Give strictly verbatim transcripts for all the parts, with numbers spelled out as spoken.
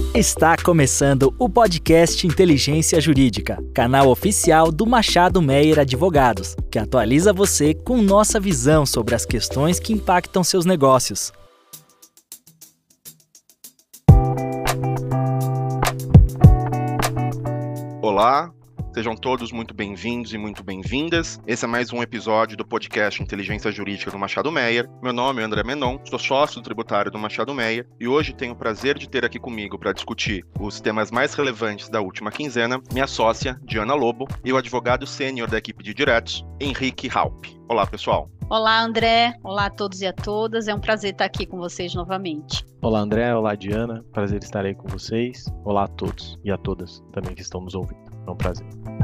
Está começando o podcast Inteligência Jurídica, canal oficial do Machado Meyer Advogados, que atualiza você com nossa visão sobre as questões que impactam seus negócios. Olá, sejam todos muito bem-vindos e muito bem-vindas. Esse é mais um episódio do podcast Inteligência Jurídica do Machado Meyer. Meu nome é André Menon, sou sócio tributário do Machado Meyer e hoje tenho o prazer de ter aqui comigo para discutir os temas mais relevantes da última quinzena, minha sócia, Diana Lobo, e o advogado sênior da equipe de diretos, Henrique Halpe. Olá, pessoal. Olá, André. Olá a todos e a todas. É um prazer estar aqui com vocês novamente. Olá, André. Olá, Diana. Prazer estar aí com vocês. Olá a todos e a todas também que estão nos ouvindo. É um prazer.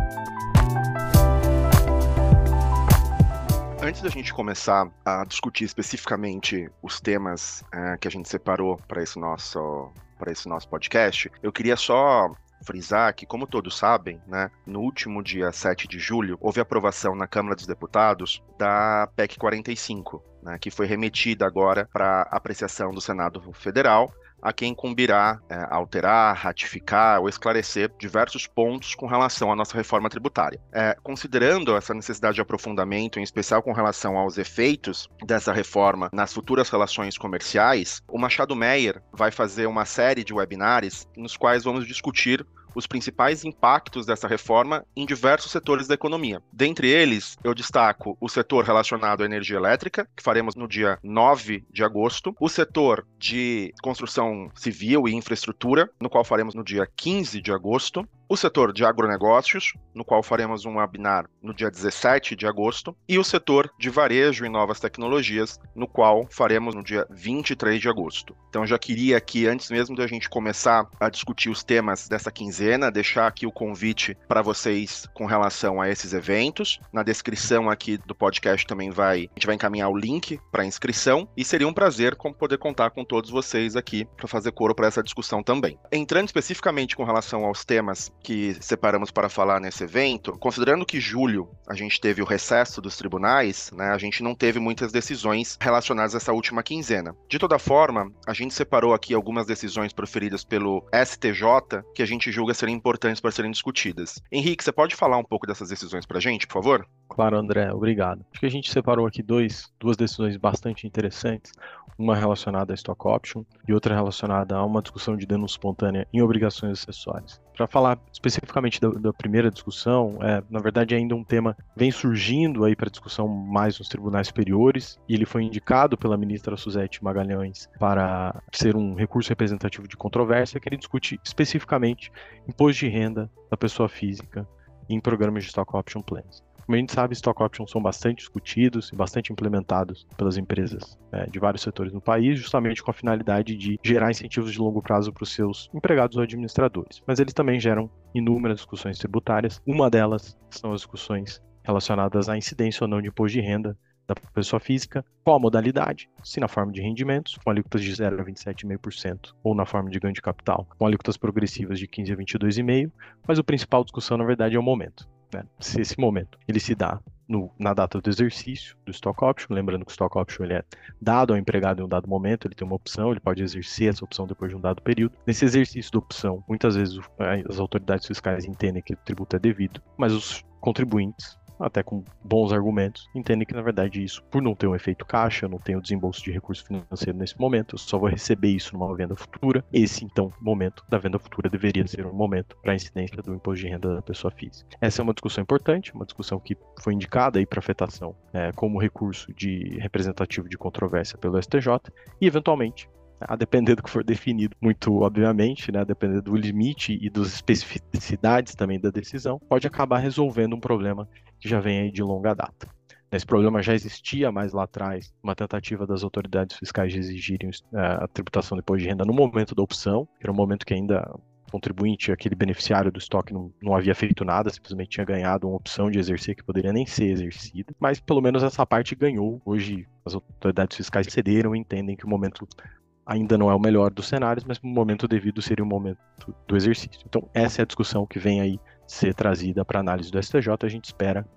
Antes da gente começar a discutir especificamente os temas é, que a gente separou para esse nosso, para esse nosso podcast, eu queria só frisar que, como todos sabem, né, no último dia sete de julho, houve aprovação na Câmara dos Deputados da P E C quarenta e cinco, né, que foi remetida agora para apreciação do Senado Federal, a quem incumbirá é, alterar, ratificar ou esclarecer diversos pontos com relação à nossa reforma tributária. É, considerando essa necessidade de aprofundamento, em especial com relação aos efeitos dessa reforma nas futuras relações comerciais, o Machado Meyer vai fazer uma série de webinários nos quais vamos discutir os principais impactos dessa reforma em diversos setores da economia. Dentre eles, eu destaco o setor relacionado à energia elétrica, que faremos no dia nove de agosto, o setor de construção civil e infraestrutura, no qual faremos no dia quinze de agosto, o setor de agronegócios, no qual faremos um webinar no dia dezessete de agosto, e o setor de varejo e novas tecnologias, no qual faremos no dia vinte e três de agosto. Então, já queria aqui, antes mesmo da gente começar a discutir os temas dessa quinzena, deixar aqui o convite para vocês com relação a esses eventos. Na descrição aqui do podcast também vai, a gente vai encaminhar o link para a inscrição, e seria um prazer poder contar com todos vocês aqui para fazer coro para essa discussão também. Entrando especificamente com relação aos temas que separamos para falar nesse evento, considerando que julho a gente teve o recesso dos tribunais, né, a gente não teve muitas decisões relacionadas a essa última quinzena. De toda forma, a gente separou aqui algumas decisões proferidas pelo S T J que a gente julga serem importantes para serem discutidas. Henrique, você pode falar um pouco dessas decisões para a gente, por favor? Claro, André, obrigado. Acho que a gente separou aqui dois, duas decisões bastante interessantes, uma relacionada a stock option e outra relacionada a uma discussão de denúncia espontânea em obrigações acessórias. Para falar especificamente da, da primeira discussão, é, na verdade ainda um tema que vem surgindo aí para discussão mais nos tribunais superiores, e ele foi indicado pela ministra Suzete Magalhães para ser um recurso representativo de controvérsia, que ele discute especificamente imposto de renda da pessoa física em programas de stock option plans. Como a gente sabe, stock options são bastante discutidos e bastante implementados pelas empresas é, de vários setores no país, justamente com a finalidade de gerar incentivos de longo prazo para os seus empregados ou administradores. Mas eles também geram inúmeras discussões tributárias. Uma delas são as discussões relacionadas à incidência ou não de imposto de renda da pessoa física, qual a modalidade, se na forma de rendimentos, com alíquotas de zero a vinte e sete vírgula cinco por cento, ou na forma de ganho de capital, com alíquotas progressivas de quinze a vinte e dois vírgula cinco por cento, mas a principal discussão, na verdade, é o momento. Né? Se esse momento ele se dá no, na data do exercício do stock option, lembrando que o stock option ele é dado ao empregado em um dado momento, ele tem uma opção, ele pode exercer essa opção depois de um dado período. Nesse exercício da opção, muitas vezes as autoridades fiscais entendem que o tributo é devido, mas os contribuintes, até com bons argumentos, entendem que, na verdade, isso, por não ter um efeito caixa, eu não tenho desembolso de recurso financeiro nesse momento, eu só vou receber isso numa venda futura. Esse, então, momento da venda futura deveria ser um momento para a incidência do imposto de renda da pessoa física. Essa é uma discussão importante, uma discussão que foi indicada aí para afetação é, como recurso de representativo de controvérsia pelo S T J e, eventualmente, a depender do que for definido, muito obviamente, né, a depender do limite e das especificidades também da decisão, pode acabar resolvendo um problema que já vem aí de longa data. Esse problema já existia mais lá atrás, uma tentativa das autoridades fiscais de exigirem uh, a tributação do imposto de renda no momento da opção, que era um momento que ainda o contribuinte, aquele beneficiário do estoque, não, não havia feito nada, simplesmente tinha ganhado uma opção de exercer que poderia nem ser exercida, mas pelo menos essa parte ganhou. Hoje as autoridades fiscais cederam e entendem que o momento ainda não é o melhor dos cenários, mas no momento devido seria o momento do exercício. Então essa é a discussão que vem aí ser trazida para análise do S T J. A gente espera que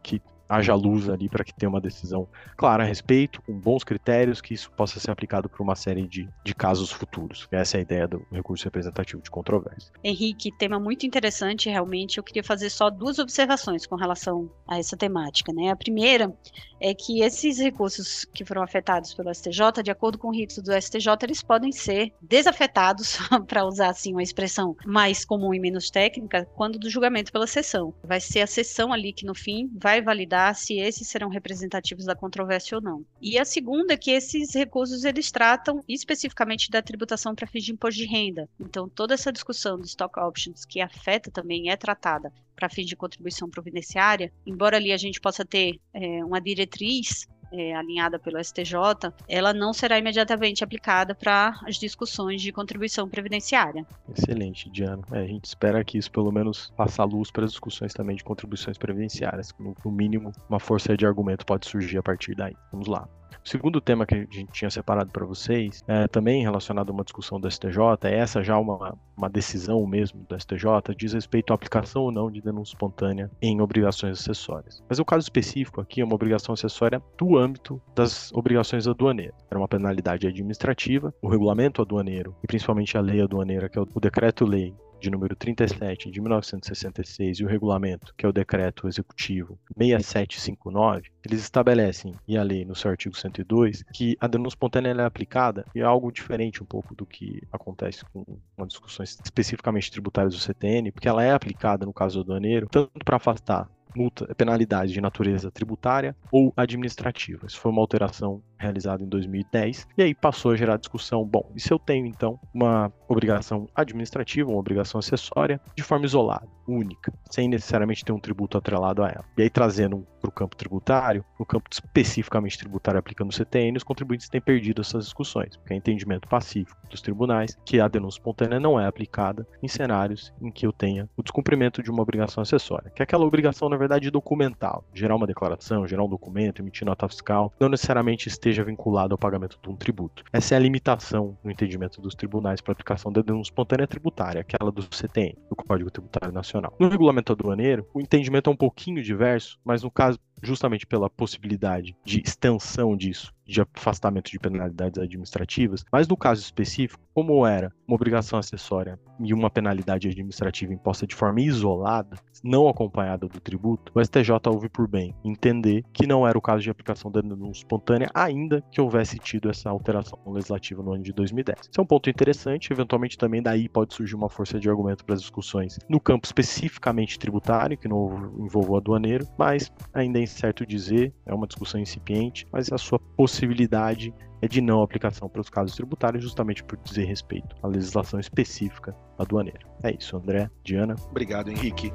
haja luz ali para que tenha uma decisão clara a respeito, com bons critérios, que isso possa ser aplicado por uma série de, de casos futuros. Essa é a ideia do recurso representativo de controvérsia. Henrique, tema muito interessante, realmente. Eu queria fazer só duas observações com relação a essa temática, né? A primeira é que esses recursos que foram afetados pelo S T J, de acordo com o rito do S T J, eles podem ser desafetados, para usar assim uma expressão mais comum e menos técnica, quando do julgamento pela sessão. Vai ser a sessão ali que no fim vai validar se esses serão representativos da controvérsia ou não. E a segunda é que esses recursos eles tratam especificamente da tributação para fins de imposto de renda. Então toda essa discussão de stock options que afeta também é tratada para fins de contribuição providenciária, embora ali a gente possa ter é, uma diretriz É, alinhada pelo S T J, ela não será imediatamente aplicada para as discussões de contribuição previdenciária. Excelente, Diana. É, a gente espera que isso pelo menos passe a luz para as discussões também de contribuições previdenciárias. No, no mínimo, uma força de argumento pode surgir a partir daí. Vamos lá. O segundo tema que a gente tinha separado para vocês, é também relacionado a uma discussão do S T J, é essa já uma, uma decisão mesmo do S T J, diz respeito à aplicação ou não de denúncia espontânea em obrigações acessórias. Mas o caso específico aqui é uma obrigação acessória do âmbito das obrigações aduaneiras. Era uma penalidade administrativa, o regulamento aduaneiro e principalmente a lei aduaneira, que é o decreto-lei de número trinta e sete de mil novecentos e sessenta e seis e o regulamento, que é o decreto executivo seis mil setecentos e cinquenta e nove, eles estabelecem, e a lei no seu artigo cento e dois, que a denúncia espontânea é aplicada, e é algo diferente um pouco do que acontece com uma discussões especificamente tributárias do C T N, porque ela é aplicada no caso aduaneiro, tanto para afastar multa, penalidade de natureza tributária ou administrativa. Isso foi uma alteração realizada em dois mil e dez, e aí passou a gerar discussão, bom, e se eu tenho então uma obrigação administrativa, uma obrigação acessória, de forma isolada, única, sem necessariamente ter um tributo atrelado a ela. E aí trazendo para o campo tributário, no campo especificamente tributário aplicando o C T N, os contribuintes têm perdido essas discussões, porque é entendimento pacífico dos tribunais que a denúncia espontânea não é aplicada em cenários em que eu tenha o descumprimento de uma obrigação acessória, que é aquela obrigação, na verdade, documental, gerar uma declaração, gerar um documento, emitir nota fiscal, não necessariamente esteja vinculado ao pagamento de um tributo. Essa é a limitação no entendimento dos tribunais para a aplicação da denúncia espontânea tributária, aquela do C T N, do Código Tributário Nacional. No regulamento aduaneiro, o entendimento é um pouquinho diverso, mas no caso, justamente pela possibilidade de extensão disso, de afastamento de penalidades administrativas, mas no caso específico, como era uma obrigação acessória e uma penalidade administrativa imposta de forma isolada, não acompanhada do tributo, o S T J houve por bem entender que não era o caso de aplicação da denúncia espontânea, ainda que houvesse tido essa alteração legislativa no ano de dois mil e dez. Isso é um ponto interessante, eventualmente também daí pode surgir uma força de argumento para as discussões no campo especificamente tributário, que não envolve o aduaneiro, mas ainda é incerto dizer, é uma discussão incipiente, mas a sua possibilidade é de não aplicação para os casos tributários, justamente por dizer respeito à legislação específica aduaneira. É isso, André, Diana. Obrigado, Henrique.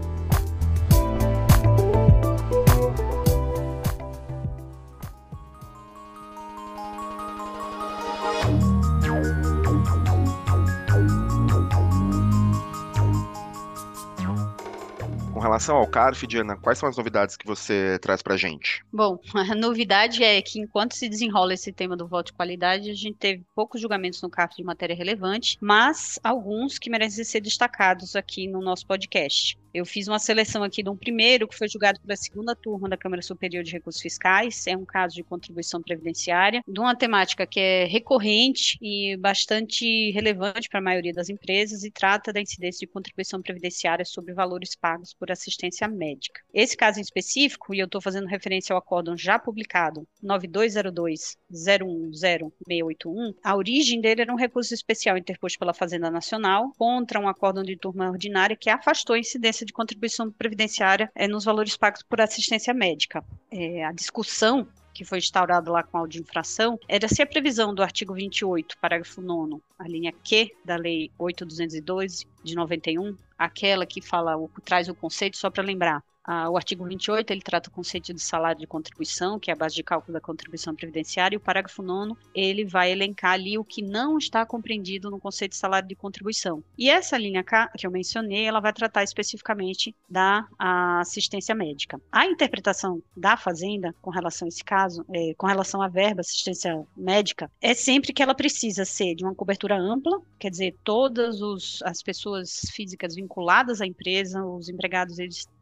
Com relação ao CARF, Diana, quais são as novidades que você traz para a gente? Bom, a novidade é que enquanto se desenrola esse tema do voto de qualidade, a gente teve poucos julgamentos no CARF de matéria relevante, mas alguns que merecem ser destacados aqui no nosso podcast. Eu fiz uma seleção aqui de um primeiro que foi julgado pela segunda turma da Câmara Superior de Recursos Fiscais, é um caso de contribuição previdenciária, de uma temática que é recorrente e bastante relevante para a maioria das empresas e trata da incidência de contribuição previdenciária sobre valores pagos por assistência médica. Esse caso em específico, e eu estou fazendo referência ao acórdão já publicado, nove dois zero dois zero um zero seis oito um, a origem dele era um recurso especial interposto pela Fazenda Nacional contra um acórdão de turma ordinária que afastou a incidência de contribuição previdenciária é, nos valores pagos por assistência médica. É, a discussão que foi instaurada lá com a de infração era se a previsão do artigo vinte e oito, parágrafo nono, a linha Q da Lei oito mil duzentos e doze, de noventa e um, aquela que fala, o, traz o conceito, só para lembrar, Ah, o artigo vinte e oito, ele trata o conceito de salário de contribuição, que é a base de cálculo da contribuição previdenciária, e o parágrafo nono, ele vai elencar ali o que não está compreendido no conceito de salário de contribuição. E essa linha K, que eu mencionei, ela vai tratar especificamente da assistência médica. A interpretação da Fazenda, com relação a esse caso, é, com relação à verba assistência médica, é sempre que ela precisa ser de uma cobertura ampla, quer dizer, todas os, as pessoas físicas vinculadas à empresa, os empregados, eles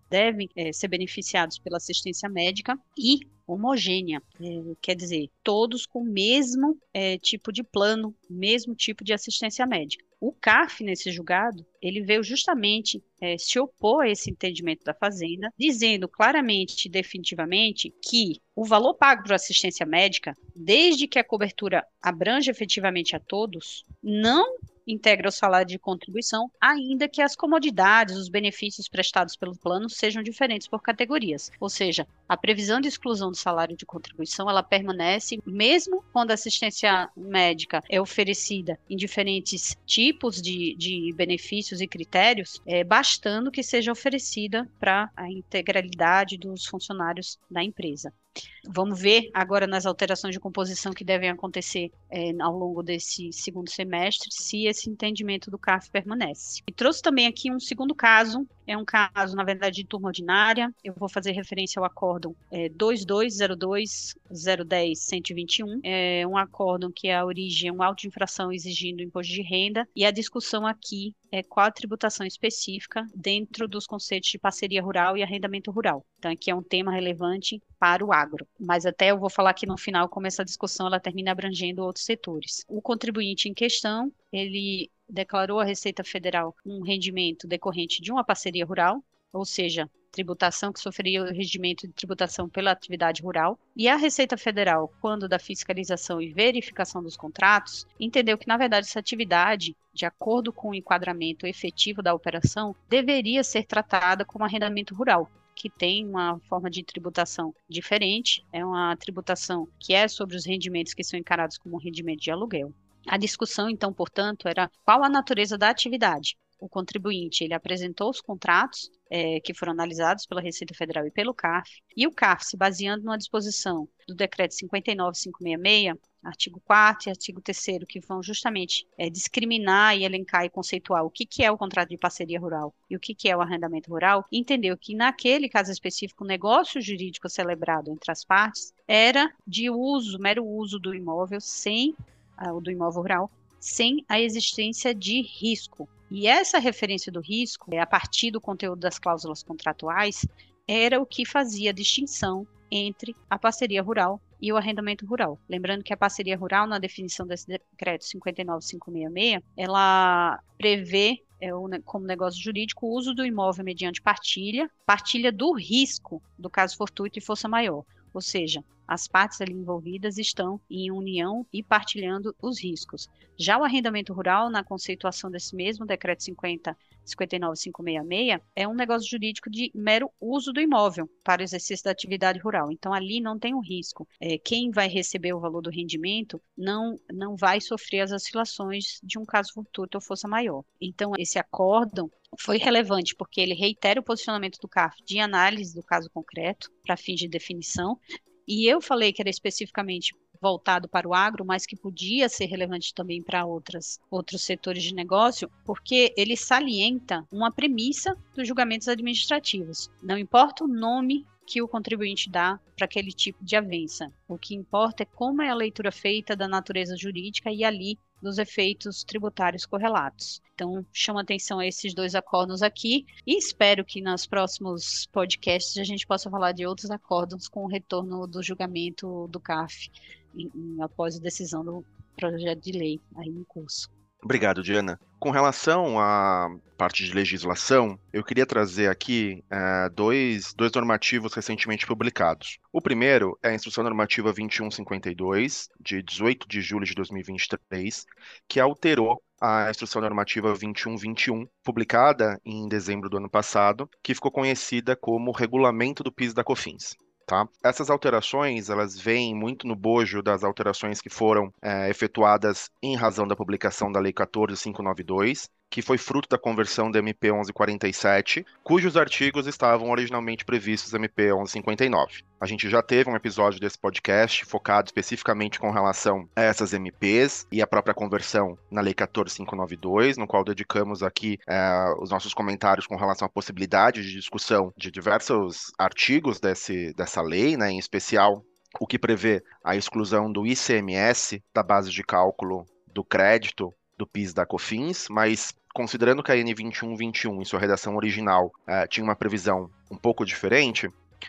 devem é, ser beneficiados pela assistência médica e homogênea, é, quer dizer, todos com o mesmo é, tipo de plano, mesmo tipo de assistência médica. O C A F, nesse julgado, ele veio justamente é, se opor a esse entendimento da Fazenda, dizendo claramente e definitivamente que o valor pago por assistência médica, desde que a cobertura abrange efetivamente a todos, não integra o salário de contribuição, ainda que as comodidades, os benefícios prestados pelo plano sejam diferentes por categorias. Ou seja, a previsão de exclusão do salário de contribuição, ela permanece mesmo quando a assistência médica é oferecida em diferentes tipos de, de benefícios e critérios, é, bastando que seja oferecida para a integralidade dos funcionários da empresa. Vamos ver agora nas alterações de composição que devem acontecer é, ao longo desse segundo semestre, se esse entendimento do C A F permanece. E trouxe também aqui um segundo caso, é um caso, na verdade, de turma ordinária. Eu vou fazer referência ao acórdão é, dois dois zero dois zero um zero cento e vinte e um, é um acórdão que a origem é um auto de infração exigindo imposto de renda, e a discussão aqui é qual a tributação específica dentro dos conceitos de parceria rural e arrendamento rural. Então, aqui é um tema relevante para o agro. Mas até eu vou falar aqui no final como essa discussão ela termina abrangendo outros setores. O contribuinte em questão, ele declarou à Receita Federal um rendimento decorrente de uma parceria rural, ou seja, tributação que sofreria o regimento de tributação pela atividade rural, e a Receita Federal, quando da fiscalização e verificação dos contratos, entendeu que, na verdade, essa atividade, de acordo com o enquadramento efetivo da operação, deveria ser tratada como arrendamento rural, que tem uma forma de tributação diferente, é uma tributação que é sobre os rendimentos que são encarados como rendimento de aluguel. A discussão, então, portanto, era qual a natureza da atividade. O contribuinte, ele apresentou os contratos é, que foram analisados pela Receita Federal e pelo C A F, e o C A F, se baseando numa disposição do Decreto cinquenta e nove mil quinhentos e sessenta e seis, artigo quarto e artigo terceiro, que vão justamente é, discriminar e elencar e conceituar o que, que é o contrato de parceria rural e o que, que é o arrendamento rural, entendeu que, naquele caso específico, o negócio jurídico celebrado entre as partes era de uso, mero uso do imóvel, sem uh, do imóvel rural, sem a existência de risco. E essa referência do risco, a partir do conteúdo das cláusulas contratuais, era o que fazia a distinção entre a parceria rural e o arrendamento rural. Lembrando que a parceria rural, na definição desse decreto cinquenta e nove mil quinhentos e sessenta e seis, ela prevê é, o, como negócio jurídico o uso do imóvel mediante partilha, partilha do risco do caso fortuito e força maior. Ou seja, as partes ali envolvidas estão em união e partilhando os riscos. Já o arrendamento rural, na conceituação desse mesmo decreto cinquenta, cinquenta e nove mil quinhentos e sessenta e seis, é um negócio jurídico de mero uso do imóvel para o exercício da atividade rural. Então, ali não tem um risco. É, quem vai receber o valor do rendimento não, não vai sofrer as oscilações de um caso fortuito ou força maior. Então, esse acórdão foi relevante porque ele reitera o posicionamento do C A F de análise do caso concreto para fins de definição. E eu falei que era especificamente voltado para o agro, mas que podia ser relevante também para outras, outros setores de negócio, porque ele salienta uma premissa dos julgamentos administrativos. Não importa o nome que o contribuinte dá para aquele tipo de avença. O que importa é como é a leitura feita da natureza jurídica e ali dos efeitos tributários correlatos. Então, chamo atenção a esses dois acórdãos aqui e espero que nos próximos podcasts a gente possa falar de outros acórdãos com o retorno do julgamento do C A F em, em, após a decisão do projeto de lei aí em curso. Obrigado, Diana. Com relação à parte de legislação, eu queria trazer aqui é, dois, dois normativos recentemente publicados. O primeiro é a Instrução Normativa vinte e um cinquenta e dois, de dezoito de julho de dois mil e vinte e três, que alterou a Instrução Normativa vinte e um vinte e um, publicada em dezembro do ano passado, que ficou conhecida como Regulamento do PIS da COFINS. Tá? Essas alterações, elas vêm muito no bojo das alterações que foram é, efetuadas em razão da publicação da Lei quatorze mil quinhentos e noventa e dois, que foi fruto da conversão da M P onze quarenta e sete, cujos artigos estavam originalmente previstos na M P onze cinquenta e nove. A gente já teve um episódio desse podcast focado especificamente com relação a essas M Ps e a própria conversão na Lei quatorze mil quinhentos e noventa e dois, no qual dedicamos aqui é, os nossos comentários com relação à possibilidade de discussão de diversos artigos desse, dessa lei, né, em especial o que prevê a exclusão do I C M S da base de cálculo do crédito do PIS e da COFINS, mas considerando que a N vinte e um vinte e um, em sua redação original, uh, tinha uma previsão um pouco diferente,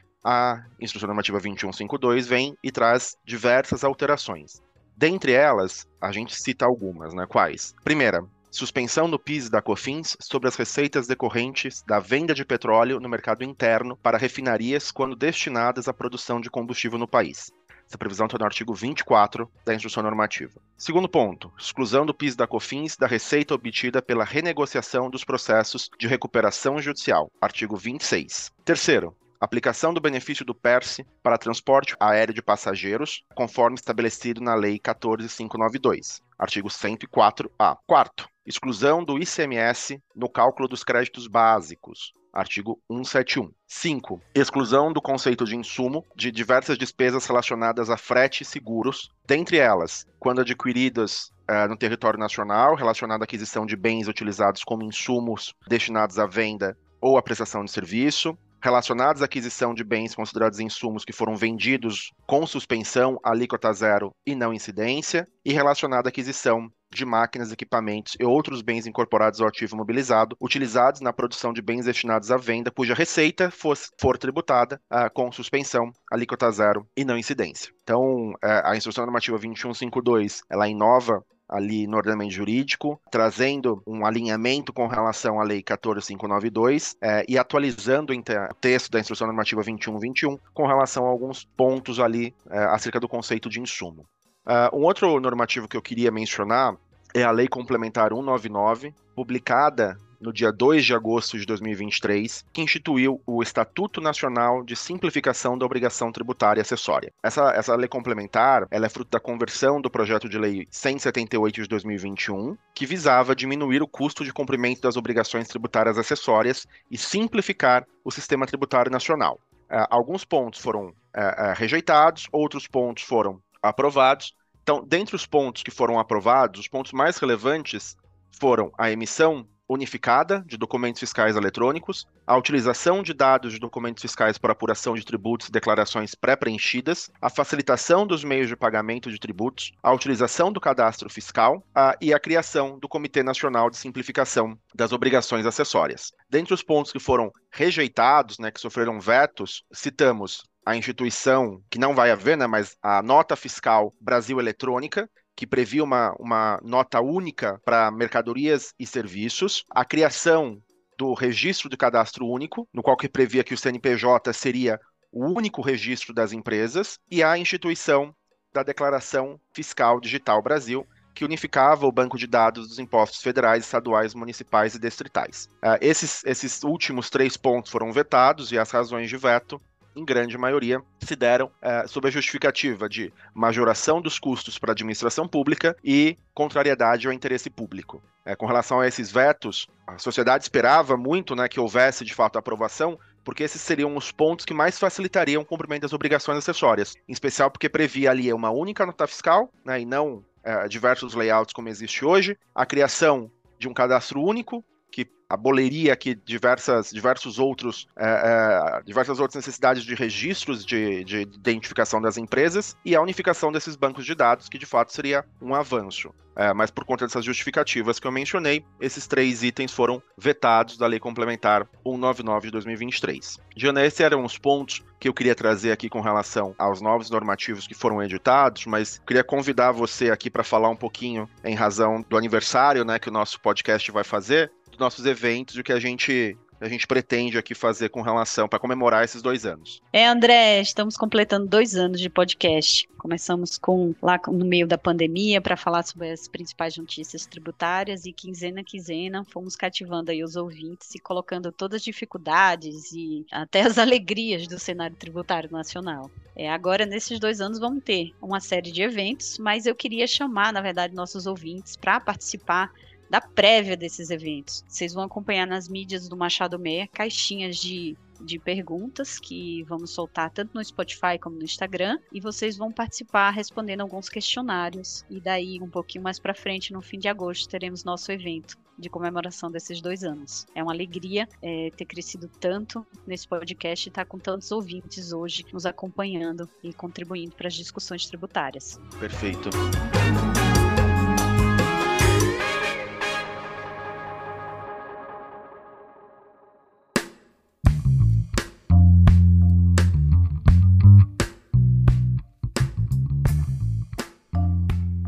a Instrução Normativa vinte e um cinquenta e dois vem e traz diversas alterações. Dentre elas, a gente cita algumas, né? Quais? Primeira, suspensão do PIS e da COFINS sobre as receitas decorrentes da venda de petróleo no mercado interno para refinarias quando destinadas à produção de combustível no país. Essa previsão está no artigo vinte e quatro da Instrução Normativa. Segundo ponto, exclusão do PIS e da COFINS da receita obtida pela renegociação dos processos de recuperação judicial. Artigo vinte e seis. Terceiro, aplicação do benefício do PERSE para transporte aéreo de passageiros, conforme estabelecido na Lei quatorze mil quinhentos e noventa e dois. Artigo cento e quatro A. Quarto, exclusão do I C M S no cálculo dos créditos básicos. Artigo cento e setenta e um. cinco. Exclusão do conceito de insumo de diversas despesas relacionadas a frete e seguros, dentre elas, quando adquiridas uh, no território nacional, relacionada à aquisição de bens utilizados como insumos destinados à venda ou à prestação de serviço, relacionados à aquisição de bens considerados insumos que foram vendidos com suspensão, alíquota zero e não incidência, e relacionada à aquisição de máquinas, equipamentos e outros bens incorporados ao ativo imobilizado, utilizados na produção de bens destinados à venda, cuja receita for, for tributada uh, com suspensão, alíquota zero e não incidência. Então, uh, a Instrução Normativa vinte e um cinquenta e dois, ela inova ali no ordenamento jurídico, trazendo um alinhamento com relação à Lei quatorze mil quinhentos e noventa e dois eh, e atualizando o texto da Instrução Normativa vinte e um vinte e um com relação a alguns pontos ali eh, acerca do conceito de insumo. Uh, um outro normativo que eu queria mencionar é a Lei Complementar cento e noventa e nove, publicada no dia dois de agosto de dois mil e vinte e três, que instituiu o Estatuto Nacional de Simplificação da Obrigação Tributária Acessória. Essa, essa lei complementar, ela é fruto da conversão do projeto de lei cento e setenta e oito de dois mil e vinte e um, que visava diminuir o custo de cumprimento das obrigações tributárias acessórias e simplificar o sistema tributário nacional. Uh, alguns pontos foram uh, uh, rejeitados, outros pontos foram aprovados. Então, dentre os pontos que foram aprovados, os pontos mais relevantes foram a emissão unificada de documentos fiscais eletrônicos, a utilização de dados de documentos fiscais para apuração de tributos e declarações pré-preenchidas, a facilitação dos meios de pagamento de tributos, a utilização do cadastro fiscal a, e a criação do Comitê Nacional de Simplificação das Obrigações Acessórias. Dentre os pontos que foram rejeitados, né, que sofreram vetos, citamos a instituição, que não vai haver, né, mas a Nota Fiscal Brasil Eletrônica, que previa uma, uma nota única para mercadorias e serviços, a criação do Registro de Cadastro Único, no qual que previa que o C N P J seria o único registro das empresas, e a instituição da Declaração Fiscal Digital Brasil, que unificava o banco de dados dos impostos federais, estaduais, municipais e distritais. Uh, esses, esses últimos três pontos foram vetados, e as razões de veto, em grande maioria, se deram uh, sob a justificativa de majoração dos custos para a administração pública e contrariedade ao interesse público. Uh, com relação a esses vetos, a sociedade esperava muito, né, que houvesse, de fato, a aprovação, porque esses seriam os pontos que mais facilitariam o cumprimento das obrigações acessórias, em especial porque previa ali uma única nota fiscal, né, e não uh, diversos layouts como existe hoje, a criação de um cadastro único, que aboliria aqui diversas, diversos outros, é, é, diversas outras necessidades de registros de, de identificação das empresas e a unificação desses bancos de dados, que de fato seria um avanço. É, mas por conta dessas justificativas que eu mencionei, esses três itens foram vetados da Lei Complementar cento e noventa e nove de dois mil e vinte e três. Diana, esses eram os pontos que eu queria trazer aqui com relação aos novos normativos que foram editados, mas queria convidar você aqui para falar um pouquinho em razão do aniversário, né, que o nosso podcast vai fazer, dos nossos eventos e o que a gente, a gente pretende aqui fazer com relação para comemorar esses dois anos. É, André, estamos completando dois anos de podcast. Começamos com lá no meio da pandemia para falar sobre as principais notícias tributárias e quinzena a quinzena fomos cativando aí os ouvintes e colocando todas as dificuldades e até as alegrias do cenário tributário nacional. É, agora, nesses dois anos, vamos ter uma série de eventos, mas eu queria chamar, na verdade, nossos ouvintes para participar da prévia desses eventos. Vocês vão acompanhar nas mídias do Machado Meia caixinhas de, de perguntas que vamos soltar tanto no Spotify como no Instagram, e vocês vão participar respondendo alguns questionários, e daí um pouquinho mais para frente, no fim de agosto, teremos nosso evento de comemoração desses dois anos. É uma alegria é, ter crescido tanto nesse podcast e estar com tantos ouvintes hoje nos acompanhando e contribuindo para as discussões tributárias. Perfeito.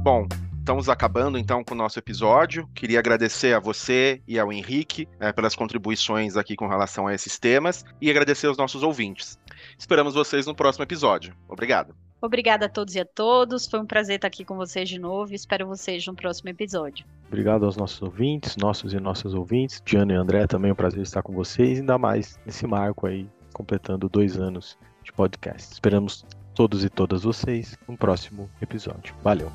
Bom, estamos acabando então com o nosso episódio. Queria agradecer a você e ao Henrique é, pelas contribuições aqui com relação a esses temas e agradecer aos nossos ouvintes. Esperamos vocês no próximo episódio. Obrigado. Obrigada a todos e a todos. Foi um prazer estar aqui com vocês de novo. Espero vocês no próximo episódio. Obrigado aos nossos ouvintes, nossos e nossas ouvintes. Diana e André, também é um prazer estar com vocês, ainda mais nesse marco aí, completando dois anos de podcast. Esperamos todos e todas vocês no próximo episódio. Valeu!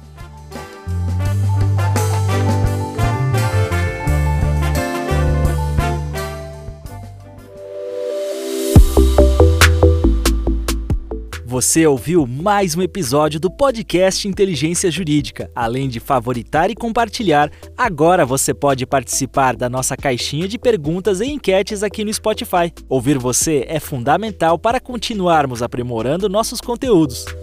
Você ouviu mais um episódio do podcast Inteligência Jurídica. Além de favoritar e compartilhar, agora você pode participar da nossa caixinha de perguntas e enquetes aqui no Spotify. Ouvir você é fundamental para continuarmos aprimorando nossos conteúdos.